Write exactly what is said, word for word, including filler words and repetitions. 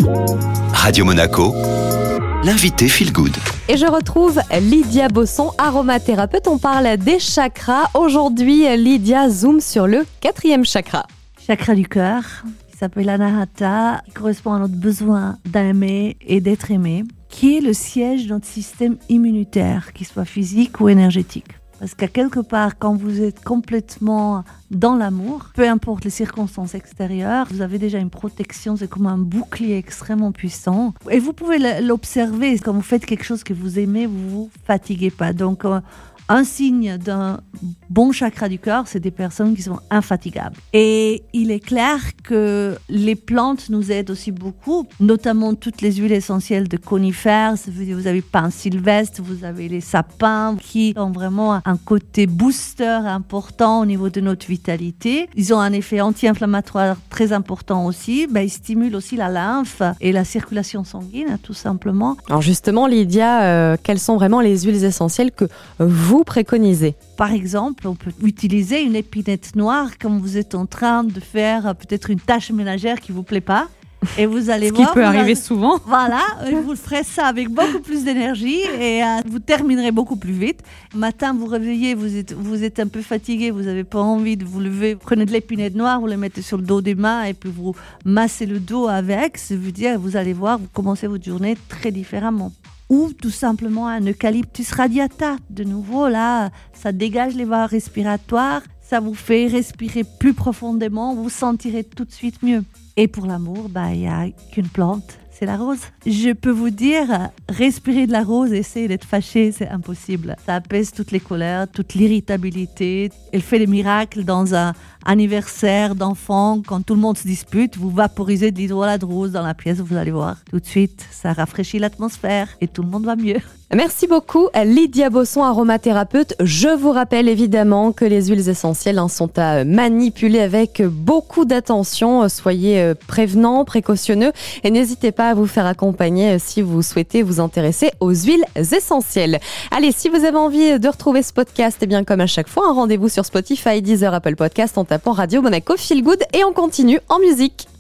Radio Monaco, l'invité Feel Good. Et je retrouve Lydia Bosson, aromathérapeute. On parle des chakras. Aujourd'hui, Lydia zoome sur le quatrième chakra. Chakra du cœur, qui s'appelle l'Anahata, qui correspond à notre besoin d'aimer et d'être aimé, qui est le siège de notre système immunitaire, qu'il soit physique ou énergétique. Parce qu'à quelque part, quand vous êtes complètement dans l'amour, peu importe les circonstances extérieures, vous avez déjà une protection, c'est comme un bouclier extrêmement puissant. Et vous pouvez l'observer, quand vous faites quelque chose que vous aimez, vous ne vous fatiguez pas. Donc, un signe d'un bon chakra du cœur, c'est des personnes qui sont infatigables. Et il est clair que les plantes nous aident aussi beaucoup, notamment toutes les huiles essentielles de conifères. Vous avez pin sylvestre, vous avez les sapins qui ont vraiment un côté booster important au niveau de notre vitalité. Ils ont un effet anti-inflammatoire très important aussi. Ben, ils stimulent aussi la lymphe et la circulation sanguine, tout simplement. Alors justement, Lydia, euh, quelles sont vraiment les huiles essentielles que vous préconisez? Par exemple, on peut utiliser une épinette noire quand vous êtes en train de faire peut-être une tâche ménagère qui ne vous plaît pas. Et vous allez Ce voir. qui peut arriver allez... souvent. Voilà, vous ferez ça avec beaucoup plus d'énergie et euh, vous terminerez beaucoup plus vite. Le matin, vous réveillez, vous êtes, vous êtes un peu fatigué, vous n'avez pas envie de vous lever. Vous prenez de l'épinette noire, vous la mettez sur le dos des mains et puis vous massez le dos avec. Ça veut dire, vous allez voir, vous commencez votre journée très différemment. Ou tout simplement un eucalyptus radiata. De nouveau, là, ça dégage les voies respiratoires, ça vous fait respirer plus profondément, vous sentirez tout de suite mieux. Et pour l'amour, bah, il n'y a qu'une plante, c'est la rose. Je peux vous dire, respirer de la rose, essayer d'être fâché, c'est impossible. Ça apaise toutes les colères, toute l'irritabilité. Elle fait des miracles dans un anniversaire d'enfant, quand tout le monde se dispute, vous vaporisez de l'hydrolat de rose dans la pièce, vous allez voir. Tout de suite, ça rafraîchit l'atmosphère et tout le monde va mieux. Merci beaucoup, Lydia Bosson, aromathérapeute. Je vous rappelle évidemment que les huiles essentielles hein, sont à manipuler avec beaucoup d'attention. Soyez prévenants, précautionneux et n'hésitez pas à vous faire accompagner si vous souhaitez vous intéresser aux huiles essentielles. Allez, si vous avez envie de retrouver ce podcast, eh bien comme à chaque fois, un rendez-vous sur Spotify, Deezer, Apple Podcast en tapant Radio Monaco Feel Good et on continue en musique.